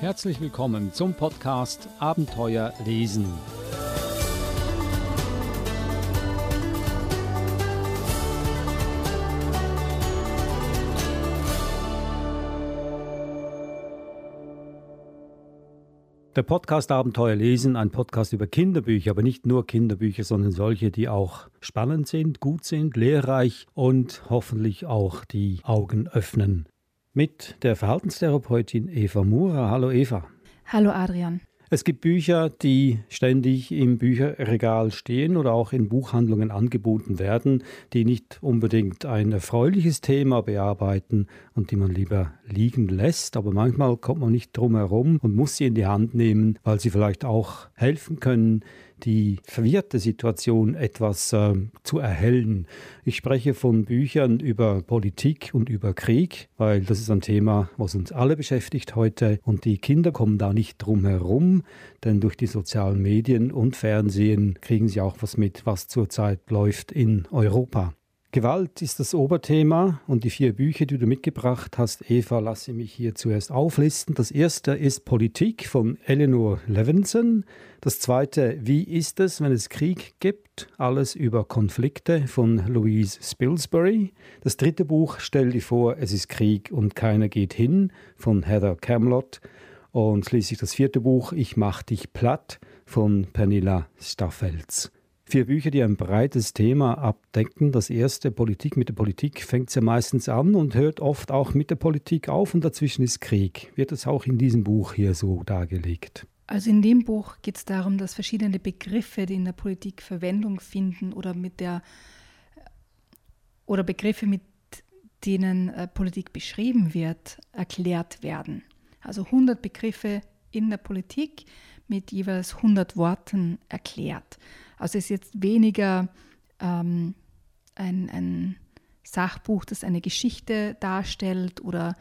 Herzlich willkommen zum Podcast Abenteuer lesen. Der Podcast Abenteuer lesen, ein Podcast über Kinderbücher, aber nicht nur Kinderbücher, sondern solche, die auch spannend sind, gut sind, lehrreich und hoffentlich auch die Augen öffnen. Mit der Verhaltenstherapeutin Eva Mura. Hallo Eva. Hallo Adrian. Es gibt Bücher, die ständig im Bücherregal stehen oder auch in Buchhandlungen angeboten werden, die nicht unbedingt ein erfreuliches Thema bearbeiten und die man lieber liegen lässt. Aber manchmal kommt man nicht drum herum und muss sie in die Hand nehmen, weil sie vielleicht auch helfen können, die verwirrte Situation etwas zu erhellen. Ich spreche von Büchern über Politik und über Krieg, weil das ist ein Thema, was uns alle beschäftigt heute. Und die Kinder kommen da nicht drum herum, denn durch die sozialen Medien und Fernsehen kriegen sie auch was mit, was zurzeit läuft in Europa. Gewalt ist das Oberthema und die 4 Bücher, die du mitgebracht hast, Eva, lasse mich hier zuerst auflisten. Das erste ist Politik von Eleanor Levinson. Das zweite, Wie ist es, wenn es Krieg gibt? Alles über Konflikte von Louise Spilsbury. Das dritte Buch, Stell dir vor, es ist Krieg und keiner geht hin von Heather Camelot. Und schließlich das 4. Buch, Ich mach dich platt von Pernilla Staffels. 4 Bücher, die ein breites Thema abdecken. Das erste, Politik. Mit der Politik fängt es ja meistens an und hört oft auch mit der Politik auf und dazwischen ist Krieg. Wird es auch in diesem Buch hier so dargelegt? Also in dem Buch geht es darum, dass verschiedene Begriffe, die in der Politik Verwendung finden oder Begriffe, mit denen Politik beschrieben wird, erklärt werden. Also 100 Begriffe in der Politik mit jeweils 100 Worten erklärt. Also es ist jetzt weniger ein Sachbuch, das eine Geschichte darstellt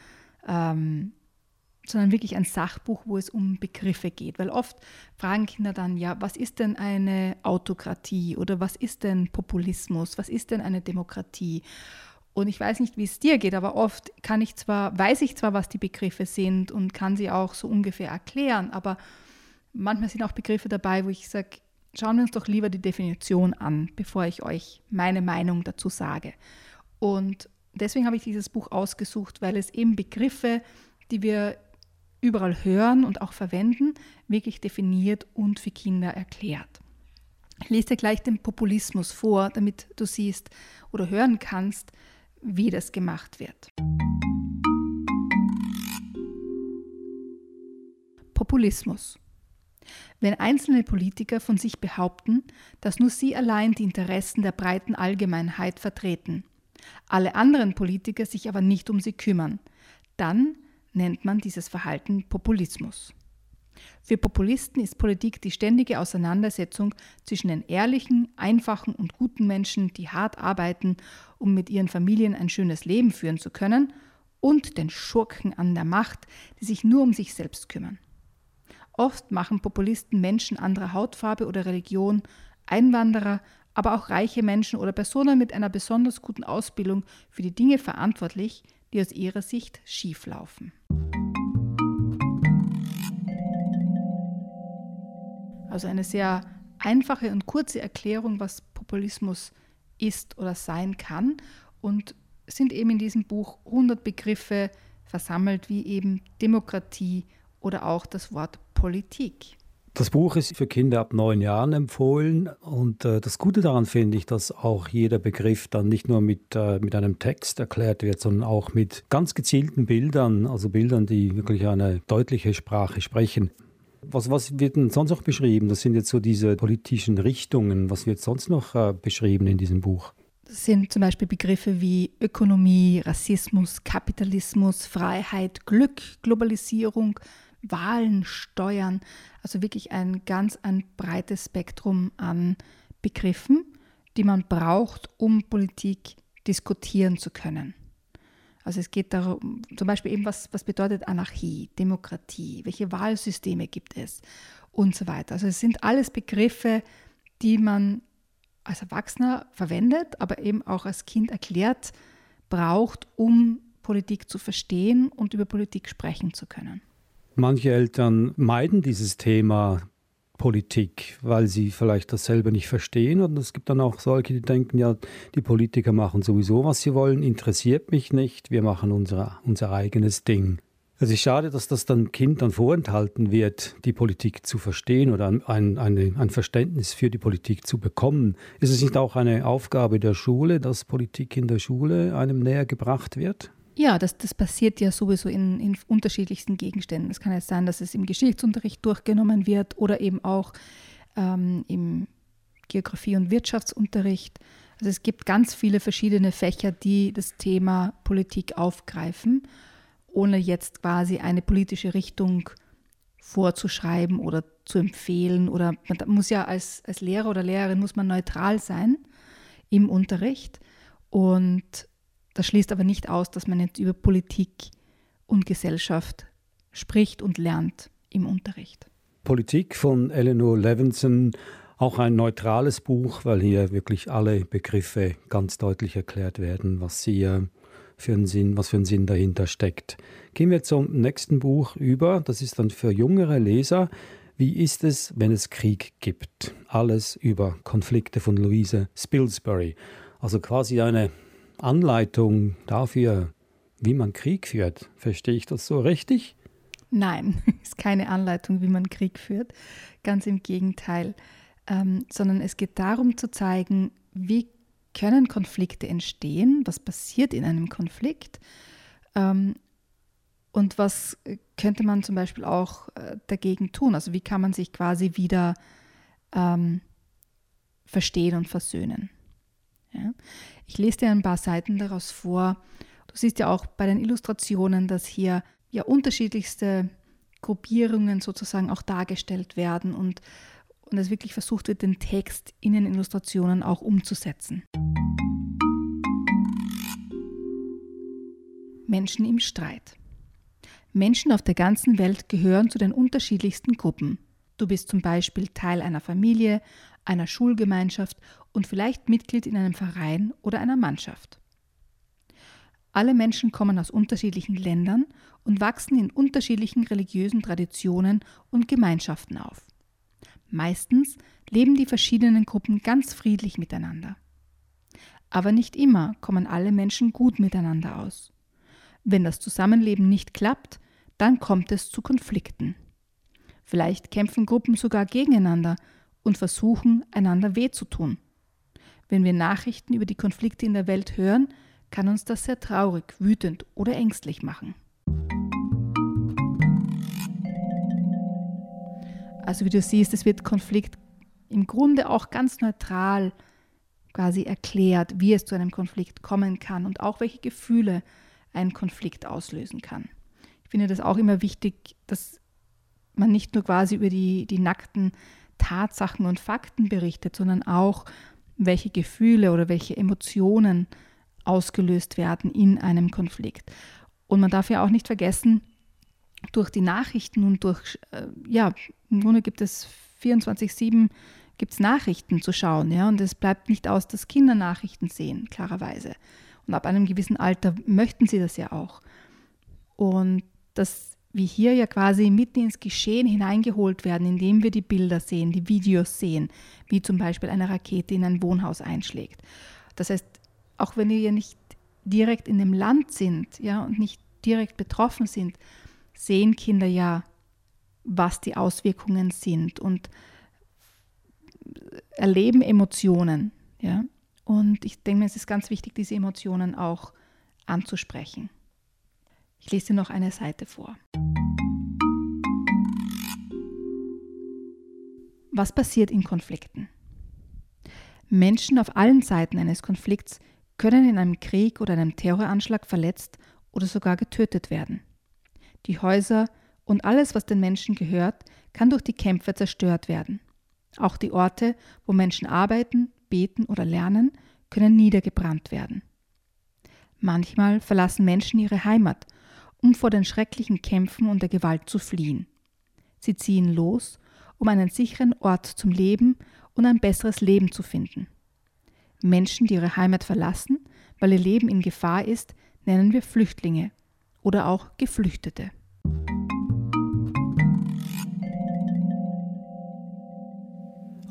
sondern wirklich ein Sachbuch, wo es um Begriffe geht. Weil oft fragen Kinder dann, ja, was ist denn eine Autokratie oder was ist denn Populismus, was ist denn eine Demokratie? Und ich weiß nicht, wie es dir geht, aber oft weiß ich zwar, was die Begriffe sind und kann sie auch so ungefähr erklären, aber manchmal sind auch Begriffe dabei, wo ich sage, schauen wir uns doch lieber die Definition an, bevor ich euch meine Meinung dazu sage. Und deswegen habe ich dieses Buch ausgesucht, weil es eben Begriffe, die wir überall hören und auch verwenden, wirklich definiert und für Kinder erklärt. Ich lese dir gleich den Populismus vor, damit du siehst oder hören kannst, wie das gemacht wird. Populismus. Wenn einzelne Politiker von sich behaupten, dass nur sie allein die Interessen der breiten Allgemeinheit vertreten, alle anderen Politiker sich aber nicht um sie kümmern, dann nennt man dieses Verhalten Populismus. Für Populisten ist Politik die ständige Auseinandersetzung zwischen den ehrlichen, einfachen und guten Menschen, die hart arbeiten, um mit ihren Familien ein schönes Leben führen zu können, und den Schurken an der Macht, die sich nur um sich selbst kümmern. Oft machen Populisten Menschen anderer Hautfarbe oder Religion, Einwanderer, aber auch reiche Menschen oder Personen mit einer besonders guten Ausbildung für die Dinge verantwortlich, die aus ihrer Sicht schief laufen. Also eine sehr einfache und kurze Erklärung, was Populismus ist oder sein kann. Und es sind eben in diesem Buch 100 Begriffe versammelt, wie eben Demokratie oder auch das Wort Politik. Das Buch ist für Kinder ab 9 Jahren empfohlen und das Gute daran finde ich, dass auch jeder Begriff dann nicht nur mit einem Text erklärt wird, sondern auch mit ganz gezielten Bildern, also Bildern, die wirklich eine deutliche Sprache sprechen. Was wird denn sonst noch beschrieben? Das sind jetzt so diese politischen Richtungen. Was wird sonst noch beschrieben in diesem Buch? Das sind zum Beispiel Begriffe wie Ökonomie, Rassismus, Kapitalismus, Freiheit, Glück, Globalisierung, Wahlen, Steuern, also wirklich ein breites Spektrum an Begriffen, die man braucht, um Politik diskutieren zu können. Also es geht darum, zum Beispiel eben, was bedeutet Anarchie, Demokratie, welche Wahlsysteme gibt es und so weiter. Also es sind alles Begriffe, die man als Erwachsener verwendet, aber eben auch als Kind erklärt braucht, um Politik zu verstehen und über Politik sprechen zu können. Manche Eltern meiden dieses Thema Politik, weil sie vielleicht das selber nicht verstehen. Und es gibt dann auch solche, die denken, ja, die Politiker machen sowieso, was sie wollen, interessiert mich nicht, wir machen unser eigenes Ding. Es ist schade, dass das dann Kind dann vorenthalten wird, die Politik zu verstehen oder ein Verständnis für die Politik zu bekommen. Ist es nicht auch eine Aufgabe der Schule, dass Politik in der Schule einem näher gebracht wird? Ja, das passiert ja sowieso in unterschiedlichsten Gegenständen. Es kann jetzt sein, dass es im Geschichtsunterricht durchgenommen wird oder eben auch im Geografie- und Wirtschaftsunterricht. Also es gibt ganz viele verschiedene Fächer, die das Thema Politik aufgreifen, ohne jetzt quasi eine politische Richtung vorzuschreiben oder zu empfehlen. Oder man muss ja als Lehrer oder Lehrerin muss man neutral sein im Unterricht. Und das schließt aber nicht aus, dass man jetzt über Politik und Gesellschaft spricht und lernt im Unterricht. Politik von Eleanor Levinson, auch ein neutrales Buch, weil hier wirklich alle Begriffe ganz deutlich erklärt werden, was für einen Sinn dahinter steckt. Gehen wir zum nächsten Buch über. Das ist dann für jüngere Leser. Wie ist es, wenn es Krieg gibt? Alles über Konflikte von Louise Spilsbury. Also quasi eine Anleitung dafür, wie man Krieg führt. Verstehe ich das so richtig? Nein, ist keine Anleitung, wie man Krieg führt. Ganz im Gegenteil. Sondern es geht darum zu zeigen, wie können Konflikte entstehen, was passiert in einem Konflikt und was könnte man zum Beispiel auch dagegen tun. Also wie kann man sich quasi wieder verstehen und versöhnen. Ja? Ich lese dir ein paar Seiten daraus vor. Du siehst ja auch bei den Illustrationen, dass hier ja unterschiedlichste Gruppierungen sozusagen auch dargestellt werden und es wirklich versucht wird, den Text in den Illustrationen auch umzusetzen. Menschen im Streit. Menschen auf der ganzen Welt gehören zu den unterschiedlichsten Gruppen. Du bist zum Beispiel Teil einer Familie, einer Schulgemeinschaft und vielleicht Mitglied in einem Verein oder einer Mannschaft. Alle Menschen kommen aus unterschiedlichen Ländern und wachsen in unterschiedlichen religiösen Traditionen und Gemeinschaften auf. Meistens leben die verschiedenen Gruppen ganz friedlich miteinander. Aber nicht immer kommen alle Menschen gut miteinander aus. Wenn das Zusammenleben nicht klappt, dann kommt es zu Konflikten. Vielleicht kämpfen Gruppen sogar gegeneinander und versuchen, einander weh zu tun. Wenn wir Nachrichten über die Konflikte in der Welt hören, kann uns das sehr traurig, wütend oder ängstlich machen. Also wie du siehst, es wird Konflikt im Grunde auch ganz neutral quasi erklärt, wie es zu einem Konflikt kommen kann und auch welche Gefühle ein Konflikt auslösen kann. Ich finde das auch immer wichtig, dass man nicht nur quasi über die nackten Tatsachen und Fakten berichtet, sondern auch, welche Gefühle oder welche Emotionen ausgelöst werden in einem Konflikt. Und man darf ja auch nicht vergessen, durch die Nachrichten und im Grunde gibt es 24/7 gibt's Nachrichten zu schauen, ja, und es bleibt nicht aus, dass Kinder Nachrichten sehen, klarerweise. Und ab einem gewissen Alter möchten sie das ja auch. Und dass wir hier ja quasi mitten ins Geschehen hineingeholt werden, indem wir die Bilder sehen, die Videos sehen, wie zum Beispiel eine Rakete in ein Wohnhaus einschlägt. Das heißt, auch wenn wir ja nicht direkt in dem Land sind, ja, und nicht direkt betroffen sind, sehen Kinder ja, was die Auswirkungen sind und erleben Emotionen. Ja? Und ich denke mir, es ist ganz wichtig, diese Emotionen auch anzusprechen. Ich lese dir noch eine Seite vor. Was passiert in Konflikten? Menschen auf allen Seiten eines Konflikts können in einem Krieg oder einem Terroranschlag verletzt oder sogar getötet werden. Die Häuser und alles, was den Menschen gehört, kann durch die Kämpfe zerstört werden. Auch die Orte, wo Menschen arbeiten, beten oder lernen, können niedergebrannt werden. Manchmal verlassen Menschen ihre Heimat, um vor den schrecklichen Kämpfen und der Gewalt zu fliehen. Sie ziehen los, um einen sicheren Ort zum Leben und ein besseres Leben zu finden. Menschen, die ihre Heimat verlassen, weil ihr Leben in Gefahr ist, nennen wir Flüchtlinge oder auch Geflüchtete.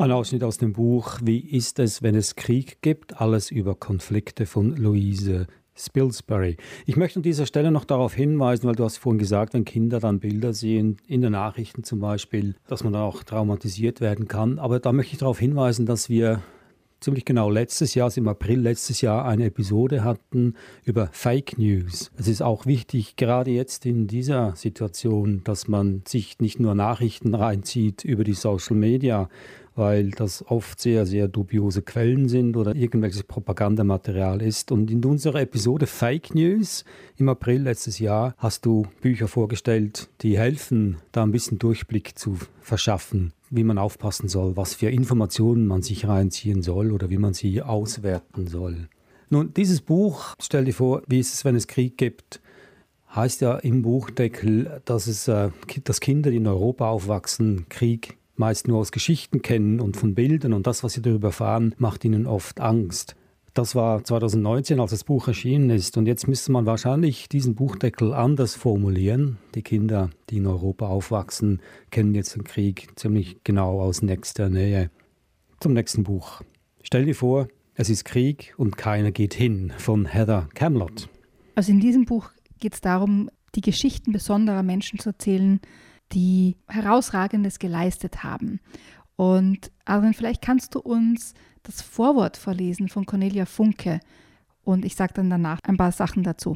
Ein Ausschnitt aus dem Buch »Wie ist es, wenn es Krieg gibt? Alles über Konflikte« von Louise Spilsbury. Ich möchte an dieser Stelle noch darauf hinweisen, weil du hast vorhin gesagt, wenn Kinder dann Bilder sehen, in den Nachrichten zum Beispiel, dass man dann auch traumatisiert werden kann. Aber da möchte ich darauf hinweisen, dass wir ziemlich genau letztes Jahr, also im April letztes Jahr, eine Episode hatten über Fake News. Es ist auch wichtig, gerade jetzt in dieser Situation, dass man sich nicht nur Nachrichten reinzieht über die Social Media, weil das oft sehr, sehr dubiose Quellen sind oder irgendwelches Propagandamaterial ist. Und in unserer Episode Fake News im April letztes Jahr hast du Bücher vorgestellt, die helfen, da ein bisschen Durchblick zu verschaffen, wie man aufpassen soll, was für Informationen man sich reinziehen soll oder wie man sie auswerten soll. Nun, dieses Buch, stell dir vor, wie ist es, wenn es Krieg gibt, heißt ja im Buchdeckel, dass Kinder, die in Europa aufwachsen, Krieg meist nur aus Geschichten kennen und von Bildern, und das, was sie darüber erfahren, macht ihnen oft Angst. Das war 2019, als das Buch erschienen ist, und jetzt müsste man wahrscheinlich diesen Buchdeckel anders formulieren. Die Kinder, die in Europa aufwachsen, kennen jetzt den Krieg ziemlich genau aus nächster Nähe. Zum nächsten Buch. Stell dir vor, es ist Krieg und keiner geht hin, von Heather Camelot. Also in diesem Buch geht es darum, die Geschichten besonderer Menschen zu erzählen, die Herausragendes geleistet haben. Und Adrian, vielleicht kannst du uns das Vorwort vorlesen von Cornelia Funke und ich sage dann danach ein paar Sachen dazu.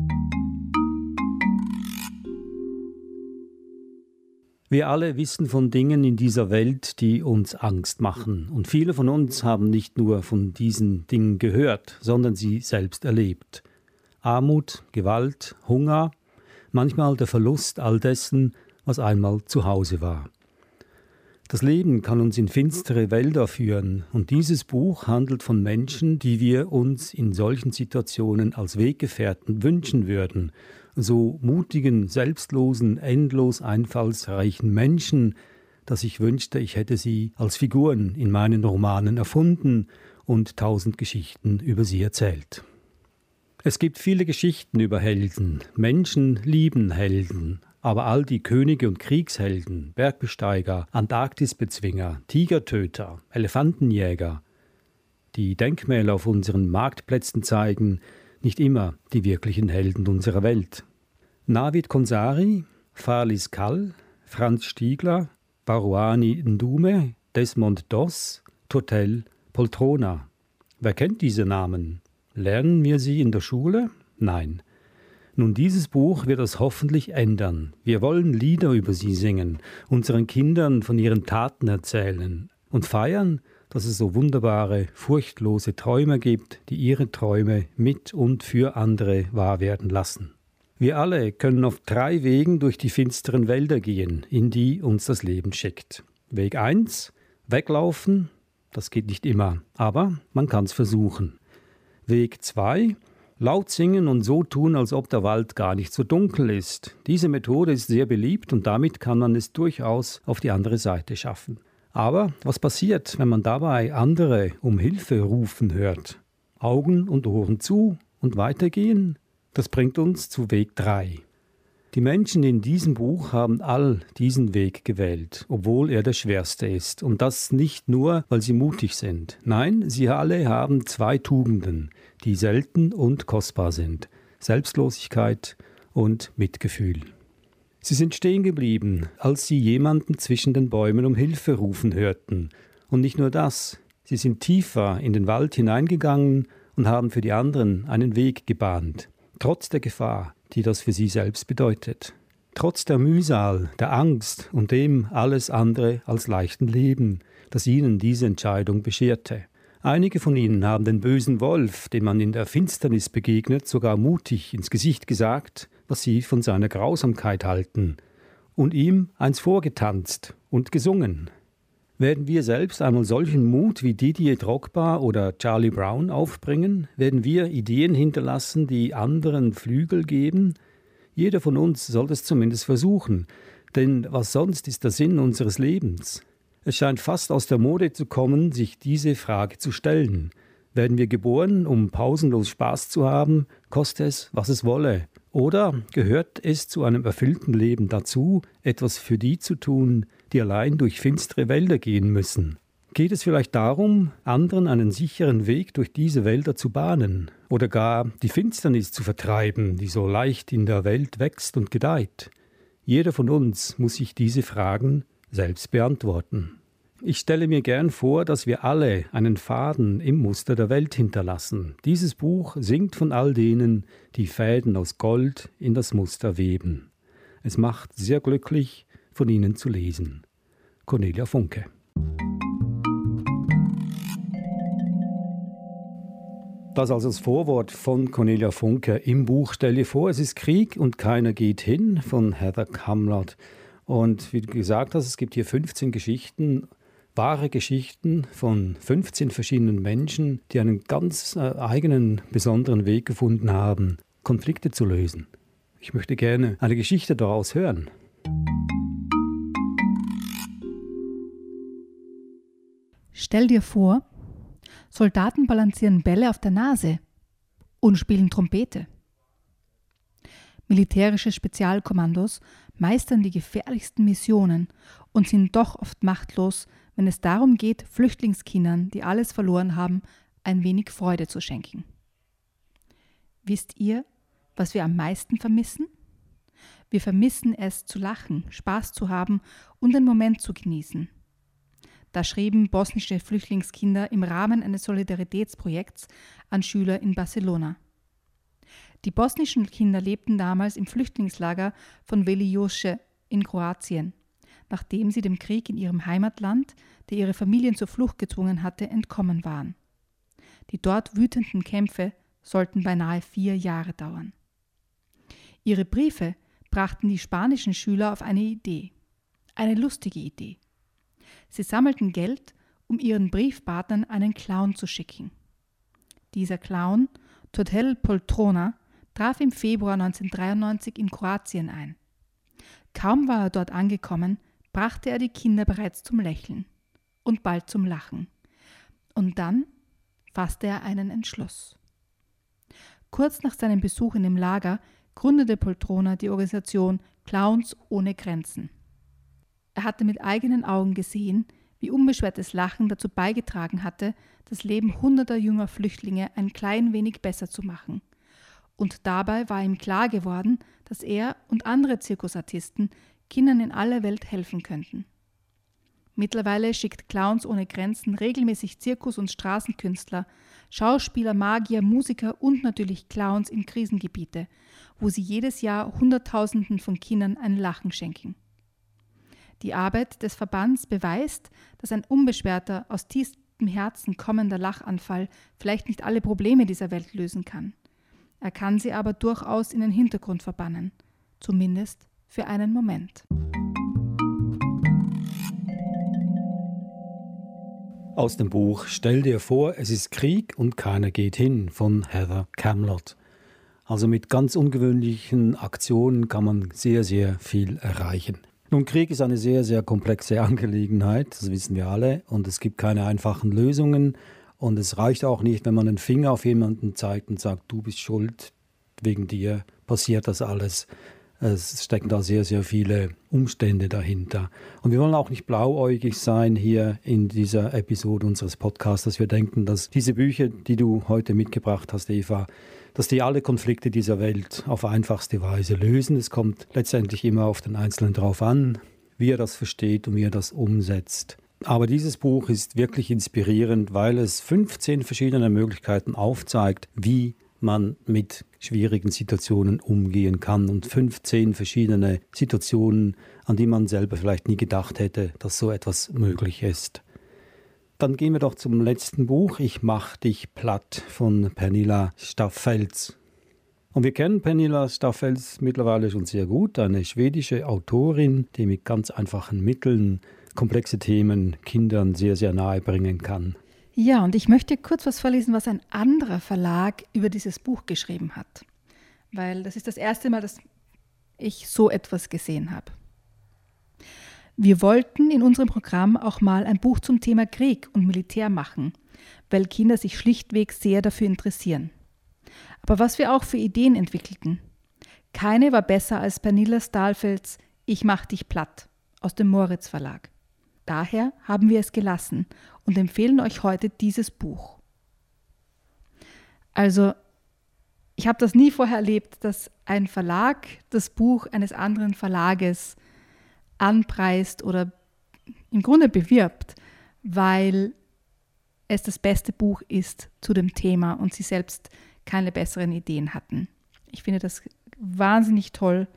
Wir alle wissen von Dingen in dieser Welt, die uns Angst machen. Und viele von uns haben nicht nur von diesen Dingen gehört, sondern sie selbst erlebt. Armut, Gewalt, Hunger, manchmal der Verlust all dessen, was einmal zu Hause war. Das Leben kann uns in finstere Wälder führen, und dieses Buch handelt von Menschen, die wir uns in solchen Situationen als Weggefährten wünschen würden. So mutigen, selbstlosen, endlos einfallsreichen Menschen, dass ich wünschte, ich hätte sie als Figuren in meinen Romanen erfunden und 1000 Geschichten über sie erzählt. Es gibt viele Geschichten über Helden. Menschen lieben Helden. Aber all die Könige und Kriegshelden, Bergbesteiger, Antarktisbezwinger, Tigertöter, Elefantenjäger, die Denkmäler auf unseren Marktplätzen zeigen, nicht immer die wirklichen Helden unserer Welt. Navid Konsari, Farlis Kall, Franz Stiegler, Baruani Ndume, Desmond Doss, Totel Poltrona. Wer kennt diese Namen? Lernen wir sie in der Schule? Nein. Nun, dieses Buch wird das hoffentlich ändern. Wir wollen Lieder über sie singen, unseren Kindern von ihren Taten erzählen und feiern, dass es so wunderbare, furchtlose Träume gibt, die ihre Träume mit und für andere wahr werden lassen. Wir alle können auf 3 Wegen durch die finsteren Wälder gehen, in die uns das Leben schickt. Weg 1, weglaufen, das geht nicht immer, aber man kann es versuchen. Weg 2, laut singen und so tun, als ob der Wald gar nicht so dunkel ist. Diese Methode ist sehr beliebt und damit kann man es durchaus auf die andere Seite schaffen. Aber was passiert, wenn man dabei andere um Hilfe rufen hört? Augen und Ohren zu und weitergehen? Das bringt uns zu Weg 3. Die Menschen in diesem Buch haben all diesen Weg gewählt, obwohl er der schwerste ist. Und das nicht nur, weil sie mutig sind. Nein, sie alle haben 2 Tugenden, die selten und kostbar sind: Selbstlosigkeit und Mitgefühl. Sie sind stehen geblieben, als sie jemanden zwischen den Bäumen um Hilfe rufen hörten. Und nicht nur das, sie sind tiefer in den Wald hineingegangen und haben für die anderen einen Weg gebahnt, trotz der Gefahr, die das für sie selbst bedeutet. Trotz der Mühsal, der Angst und dem alles andere als leichten Leben, das ihnen diese Entscheidung bescherte. Einige von ihnen haben den bösen Wolf, dem man in der Finsternis begegnet, sogar mutig ins Gesicht gesagt, was sie von seiner Grausamkeit halten, und ihm eins vorgetanzt und gesungen. Werden wir selbst einmal solchen Mut wie Didier Drogba oder Charlie Brown aufbringen? Werden wir Ideen hinterlassen, die anderen Flügel geben? Jeder von uns soll das zumindest versuchen, denn was sonst ist der Sinn unseres Lebens? Es scheint fast aus der Mode zu kommen, sich diese Frage zu stellen. Werden wir geboren, um pausenlos Spaß zu haben, koste es, was es wolle? Oder gehört es zu einem erfüllten Leben dazu, etwas für die zu tun, die allein durch finstere Wälder gehen müssen? Geht es vielleicht darum, anderen einen sicheren Weg durch diese Wälder zu bahnen oder gar die Finsternis zu vertreiben, die so leicht in der Welt wächst und gedeiht? Jeder von uns muss sich diese Fragen selbst beantworten. Ich stelle mir gern vor, dass wir alle einen Faden im Muster der Welt hinterlassen. Dieses Buch singt von all denen, die Fäden aus Gold in das Muster weben. Es macht sehr glücklich, von Ihnen zu lesen. Cornelia Funke. Das also das Vorwort von Cornelia Funke im Buch Stell dir vor, es ist Krieg und keiner geht hin von Heather Kamlat. Und wie du gesagt hast, es gibt hier 15 Geschichten, wahre Geschichten von 15 verschiedenen Menschen, die einen ganz eigenen, besonderen Weg gefunden haben, Konflikte zu lösen. Ich möchte gerne eine Geschichte daraus hören. Stell dir vor, Soldaten balancieren Bälle auf der Nase und spielen Trompete. Militärische Spezialkommandos meistern die gefährlichsten Missionen und sind doch oft machtlos, wenn es darum geht, Flüchtlingskindern, die alles verloren haben, ein wenig Freude zu schenken. Wisst ihr, was wir am meisten vermissen? Wir vermissen es, zu lachen, Spaß zu haben und den Moment zu genießen. Da schrieben bosnische Flüchtlingskinder im Rahmen eines Solidaritätsprojekts an Schüler in Barcelona. Die bosnischen Kinder lebten damals im Flüchtlingslager von Veljoce in Kroatien, nachdem sie dem Krieg in ihrem Heimatland, der ihre Familien zur Flucht gezwungen hatte, entkommen waren. Die dort wütenden Kämpfe sollten beinahe 4 Jahre dauern. Ihre Briefe brachten die spanischen Schüler auf eine Idee, eine lustige Idee. Sie sammelten Geld, um ihren Briefpartnern einen Clown zu schicken. Dieser Clown, Totel Poltrona, traf im Februar 1993 in Kroatien ein. Kaum war er dort angekommen, brachte er die Kinder bereits zum Lächeln und bald zum Lachen. Und dann fasste er einen Entschluss. Kurz nach seinem Besuch in dem Lager gründete Poltrona die Organisation Clowns ohne Grenzen. Er hatte mit eigenen Augen gesehen, wie unbeschwertes Lachen dazu beigetragen hatte, das Leben hunderter junger Flüchtlinge ein klein wenig besser zu machen. Und dabei war ihm klar geworden, dass er und andere Zirkusartisten Kindern in aller Welt helfen könnten. Mittlerweile schickt Clowns ohne Grenzen regelmäßig Zirkus- und Straßenkünstler, Schauspieler, Magier, Musiker und natürlich Clowns in Krisengebiete, wo sie jedes Jahr Hunderttausenden von Kindern ein Lachen schenken. Die Arbeit des Verbands beweist, dass ein unbeschwerter, aus tiefstem Herzen kommender Lachanfall vielleicht nicht alle Probleme dieser Welt lösen kann. Er kann sie aber durchaus in den Hintergrund verbannen, zumindest für einen Moment. Aus dem Buch Stell dir vor, es ist Krieg und keiner geht hin von Heather Kamlat. Also mit ganz ungewöhnlichen Aktionen kann man sehr, sehr viel erreichen. Nun, Krieg ist eine sehr, sehr komplexe Angelegenheit, das wissen wir alle, und es gibt keine einfachen Lösungen. Und es reicht auch nicht, wenn man den Finger auf jemanden zeigt und sagt, du bist schuld, wegen dir passiert das alles. Es stecken da sehr, sehr viele Umstände dahinter. Und wir wollen auch nicht blauäugig sein hier in dieser Episode unseres Podcasts, dass wir denken, dass diese Bücher, die du heute mitgebracht hast, Eva, dass die alle Konflikte dieser Welt auf einfachste Weise lösen. Es kommt letztendlich immer auf den Einzelnen drauf an, wie er das versteht und wie er das umsetzt. Aber dieses Buch ist wirklich inspirierend, weil es 15 verschiedene Möglichkeiten aufzeigt, wie man mit schwierigen Situationen umgehen kann und 15 verschiedene Situationen, an die man selber vielleicht nie gedacht hätte, dass so etwas möglich ist. Dann gehen wir doch zum letzten Buch, Ich mach dich platt von Pernilla Staffels. Und wir kennen Pernilla Staffels mittlerweile schon sehr gut, eine schwedische Autorin, die mit ganz einfachen Mitteln komplexe Themen Kindern sehr, sehr nahe bringen kann. Ja, und ich möchte kurz was vorlesen, was ein anderer Verlag über dieses Buch geschrieben hat. Weil das ist das erste Mal, dass ich so etwas gesehen habe. Wir wollten in unserem Programm auch mal ein Buch zum Thema Krieg und Militär machen, weil Kinder sich schlichtweg sehr dafür interessieren. Aber was wir auch für Ideen entwickelten. Keine war besser als Pernilla Staffels Ich mach dich platt aus dem Moritz Verlag. Daher haben wir es gelassen und empfehlen euch heute dieses Buch. Also, ich habe das nie vorher erlebt, dass ein Verlag das Buch eines anderen Verlages anpreist oder im Grunde bewirbt, weil es das beste Buch ist zu dem Thema und sie selbst keine besseren Ideen hatten. Ich finde das wahnsinnig toll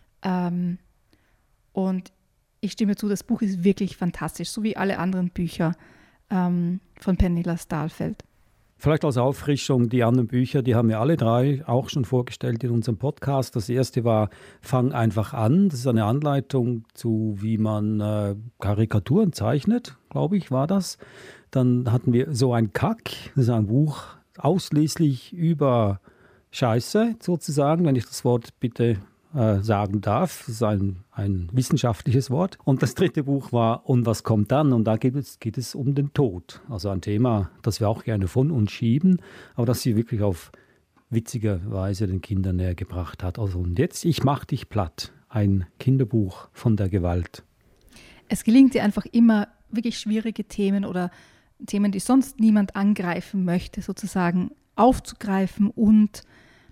und ich stimme zu, das Buch ist wirklich fantastisch, so wie alle anderen Bücher von Pernilla Stahlfeld. Vielleicht als Auffrischung, die anderen Bücher, die haben wir alle drei auch schon vorgestellt in unserem Podcast. Das erste war Fang einfach an. Das ist eine Anleitung zu, wie man Karikaturen zeichnet, glaube ich, war das. Dann hatten wir So ein Kack. Das ist ein Buch ausschließlich über Scheiße sozusagen, wenn ich das Wort bitte sagen darf. Das ist ein wissenschaftliches Wort. Und das dritte Buch war Und was kommt dann? Und da geht es um den Tod. Also ein Thema, das wir auch gerne von uns schieben, aber das sie wirklich auf witzige Weise den Kindern näher gebracht hat. Also und jetzt, Ich mach dich platt. Ein Kinderbuch von der Gewalt. Es gelingt ihr einfach immer, wirklich schwierige Themen oder Themen, die sonst niemand angreifen möchte, sozusagen aufzugreifen und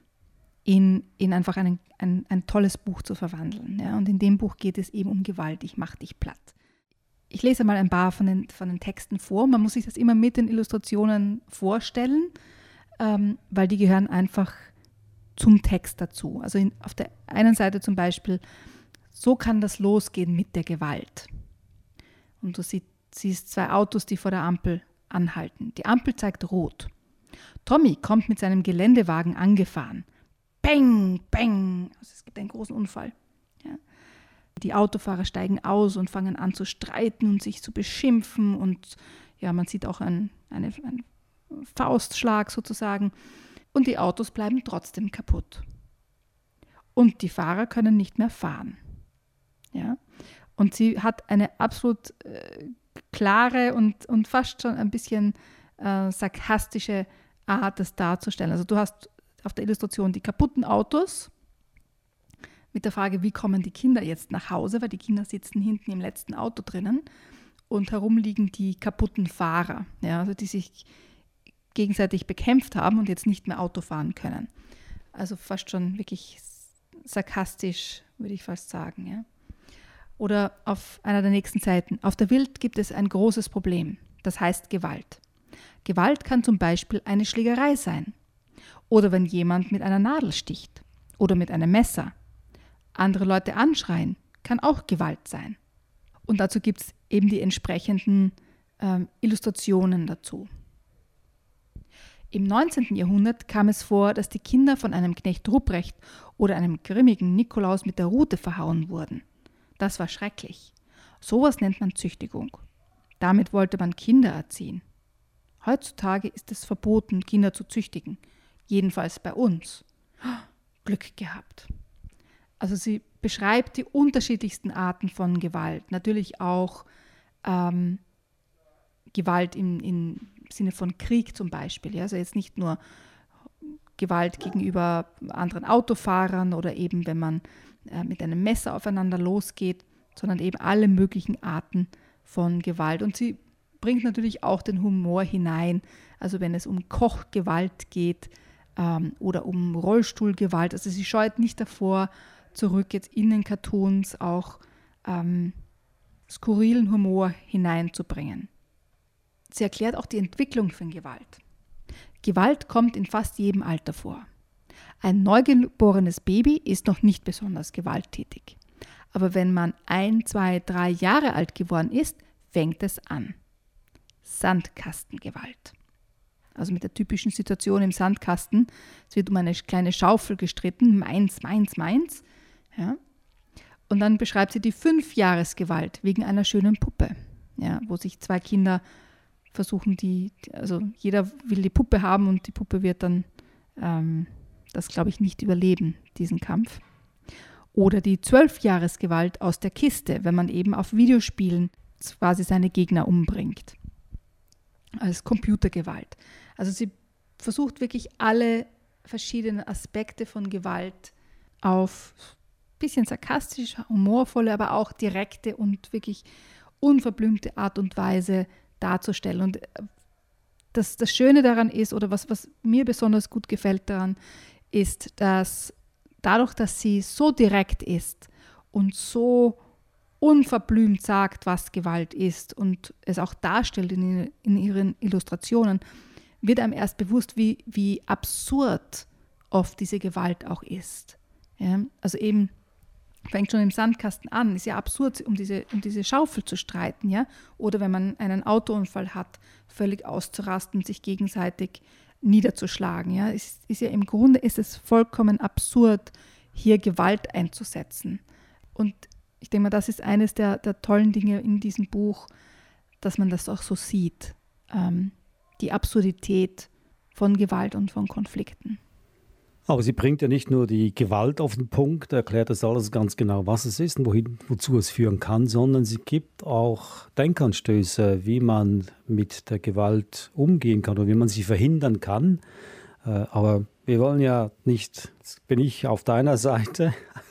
in einfach ein tolles Buch zu verwandeln. Ja? Und in dem Buch geht es eben um Gewalt. Ich mach dich platt. Ich lese mal ein paar von den Texten vor. Man muss sich das immer mit den Illustrationen vorstellen, weil die gehören einfach zum Text dazu. Also auf der einen Seite zum Beispiel, so kann das losgehen mit der Gewalt. Und du siehst zwei Autos, die vor der Ampel anhalten. Die Ampel zeigt rot. Tommy kommt mit seinem Geländewagen angefahren. Bang, bang. Also es gibt einen großen Unfall. Ja. Die Autofahrer steigen aus und fangen an zu streiten und sich zu beschimpfen. Und ja, man sieht auch einen Faustschlag sozusagen. Und die Autos bleiben trotzdem kaputt. Und die Fahrer können nicht mehr fahren. Ja. Und sie hat eine absolut klare und fast schon ein bisschen sarkastische Art, das darzustellen. Also du hast auf der Illustration die kaputten Autos mit der Frage, wie kommen die Kinder jetzt nach Hause, weil die Kinder sitzen hinten im letzten Auto drinnen und herum liegen die kaputten Fahrer, ja, also die sich gegenseitig bekämpft haben und jetzt nicht mehr Auto fahren können. Also fast schon wirklich sarkastisch, würde ich fast sagen. Ja. Oder auf einer der nächsten Seiten. Auf der Welt gibt es ein großes Problem, das heißt Gewalt. Gewalt kann zum Beispiel eine Schlägerei sein. Oder wenn jemand mit einer Nadel sticht oder mit einem Messer. Andere Leute anschreien, kann auch Gewalt sein. Und dazu gibt es eben die entsprechenden Illustrationen dazu. Im 19. Jahrhundert kam es vor, dass die Kinder von einem Knecht Ruprecht oder einem grimmigen Nikolaus mit der Rute verhauen wurden. Das war schrecklich. Sowas nennt man Züchtigung. Damit wollte man Kinder erziehen. Heutzutage ist es verboten, Kinder zu züchtigen. Jedenfalls bei uns. Glück gehabt. Also sie beschreibt die unterschiedlichsten Arten von Gewalt. Natürlich auch Gewalt im Sinne von Krieg zum Beispiel. Ja? Also jetzt nicht nur Gewalt gegenüber anderen Autofahrern oder eben wenn man mit einem Messer aufeinander losgeht, sondern eben alle möglichen Arten von Gewalt. Und sie bringt natürlich auch den Humor hinein. Also wenn es um Kochgewalt geht, oder um Rollstuhlgewalt. Also sie scheut nicht davor zurück, jetzt in den Cartoons auch skurrilen Humor hineinzubringen. Sie erklärt auch die Entwicklung von Gewalt. Gewalt kommt in fast jedem Alter vor. Ein neugeborenes Baby ist noch nicht besonders gewalttätig. Aber wenn man 1, 2, 3 Jahre alt geworden ist, fängt es an. Sandkastengewalt. Also mit der typischen Situation im Sandkasten. Es wird um eine kleine Schaufel gestritten, meins, meins, meins. Ja. Und dann beschreibt sie die 5-Jahres-Gewalt wegen einer schönen Puppe, ja, wo sich 2 Kinder versuchen, also jeder will die Puppe haben und die Puppe wird dann das, glaube ich, nicht überleben, diesen Kampf. Oder die 12-Jahres-Gewalt aus der Kiste, wenn man eben auf Videospielen quasi seine Gegner umbringt. Als Computergewalt. Also sie versucht wirklich alle verschiedenen Aspekte von Gewalt auf ein bisschen sarkastische, humorvolle, aber auch direkte und wirklich unverblümte Art und Weise darzustellen. Und das Schöne daran ist, oder was mir besonders gut gefällt daran, ist, dass dadurch, dass sie so direkt ist und so unverblümt sagt, was Gewalt ist und es auch darstellt in ihren Illustrationen, wird einem erst bewusst, wie absurd oft diese Gewalt auch ist. Ja? Also eben fängt schon im Sandkasten an, ist ja absurd, um diese Schaufel zu streiten, ja? Oder wenn man einen Autounfall hat, völlig auszurasten, sich gegenseitig niederzuschlagen. Ja? Im Grunde ist es vollkommen absurd, hier Gewalt einzusetzen. Und ich denke mal, das ist eines der tollen Dinge in diesem Buch, dass man das auch so sieht. Die Absurdität von Gewalt und von Konflikten. Aber sie bringt ja nicht nur die Gewalt auf den Punkt, erklärt das alles ganz genau, was es ist und wozu es führen kann, sondern sie gibt auch Denkanstöße, wie man mit der Gewalt umgehen kann oder wie man sie verhindern kann. Aber wir wollen ja nicht, jetzt bin ich auf deiner Seite,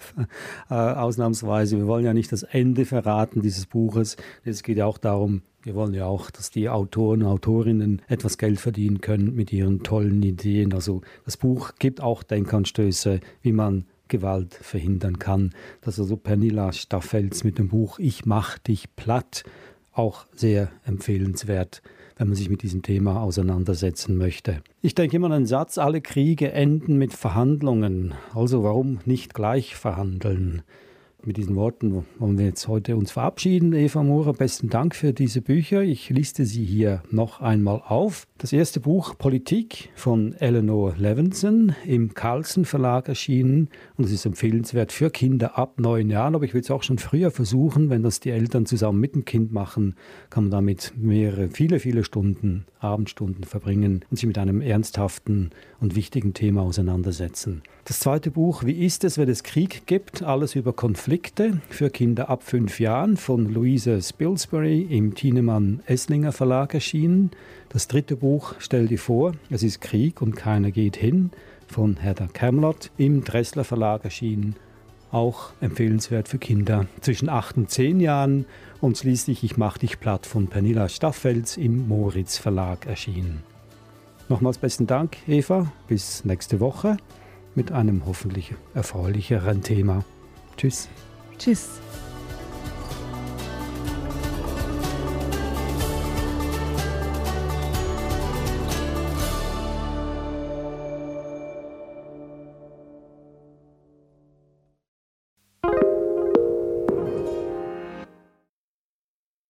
ausnahmsweise, wir wollen ja nicht das Ende verraten dieses Buches. Es geht ja auch darum, wir wollen ja auch, dass die Autoren und Autorinnen etwas Geld verdienen können mit ihren tollen Ideen. Also das Buch gibt auch Denkanstöße, wie man Gewalt verhindern kann. Das ist also Pernilla Staffels mit dem Buch Ich mach dich platt, auch sehr empfehlenswert, wenn man sich mit diesem Thema auseinandersetzen möchte. Ich denke immer an den Satz, alle Kriege enden mit Verhandlungen. Also warum nicht gleich verhandeln? Mit diesen Worten wollen wir jetzt heute uns verabschieden. Eva Maurer, besten Dank für diese Bücher. Ich liste sie hier noch einmal auf. Das erste Buch Politik von Eleanor Levinson im Carlsen Verlag erschienen. Und es ist empfehlenswert für Kinder ab 9 Jahren. Aber ich will es auch schon früher versuchen. Wenn das die Eltern zusammen mit dem Kind machen, kann man damit viele Stunden, Abendstunden verbringen und sich mit einem ernsthaften und wichtigen Thema auseinandersetzen. Das zweite Buch, Wie ist es, wenn es Krieg gibt? Alles über Konflikte für Kinder ab 5 Jahren von Louise Spilsbury im Thienemann-Esslinger Verlag erschienen. Das dritte Buch, Stell dir vor, es ist Krieg und keiner geht hin, von Heather Camelot im Dressler Verlag erschienen. Auch empfehlenswert für Kinder zwischen 8 und 10 Jahren. Und schließlich Ich mach dich platt von Pernilla Staffels im Moritz Verlag erschienen. Nochmals besten Dank, Eva. Bis nächste Woche mit einem hoffentlich erfreulicheren Thema. Tschüss. Tschüss.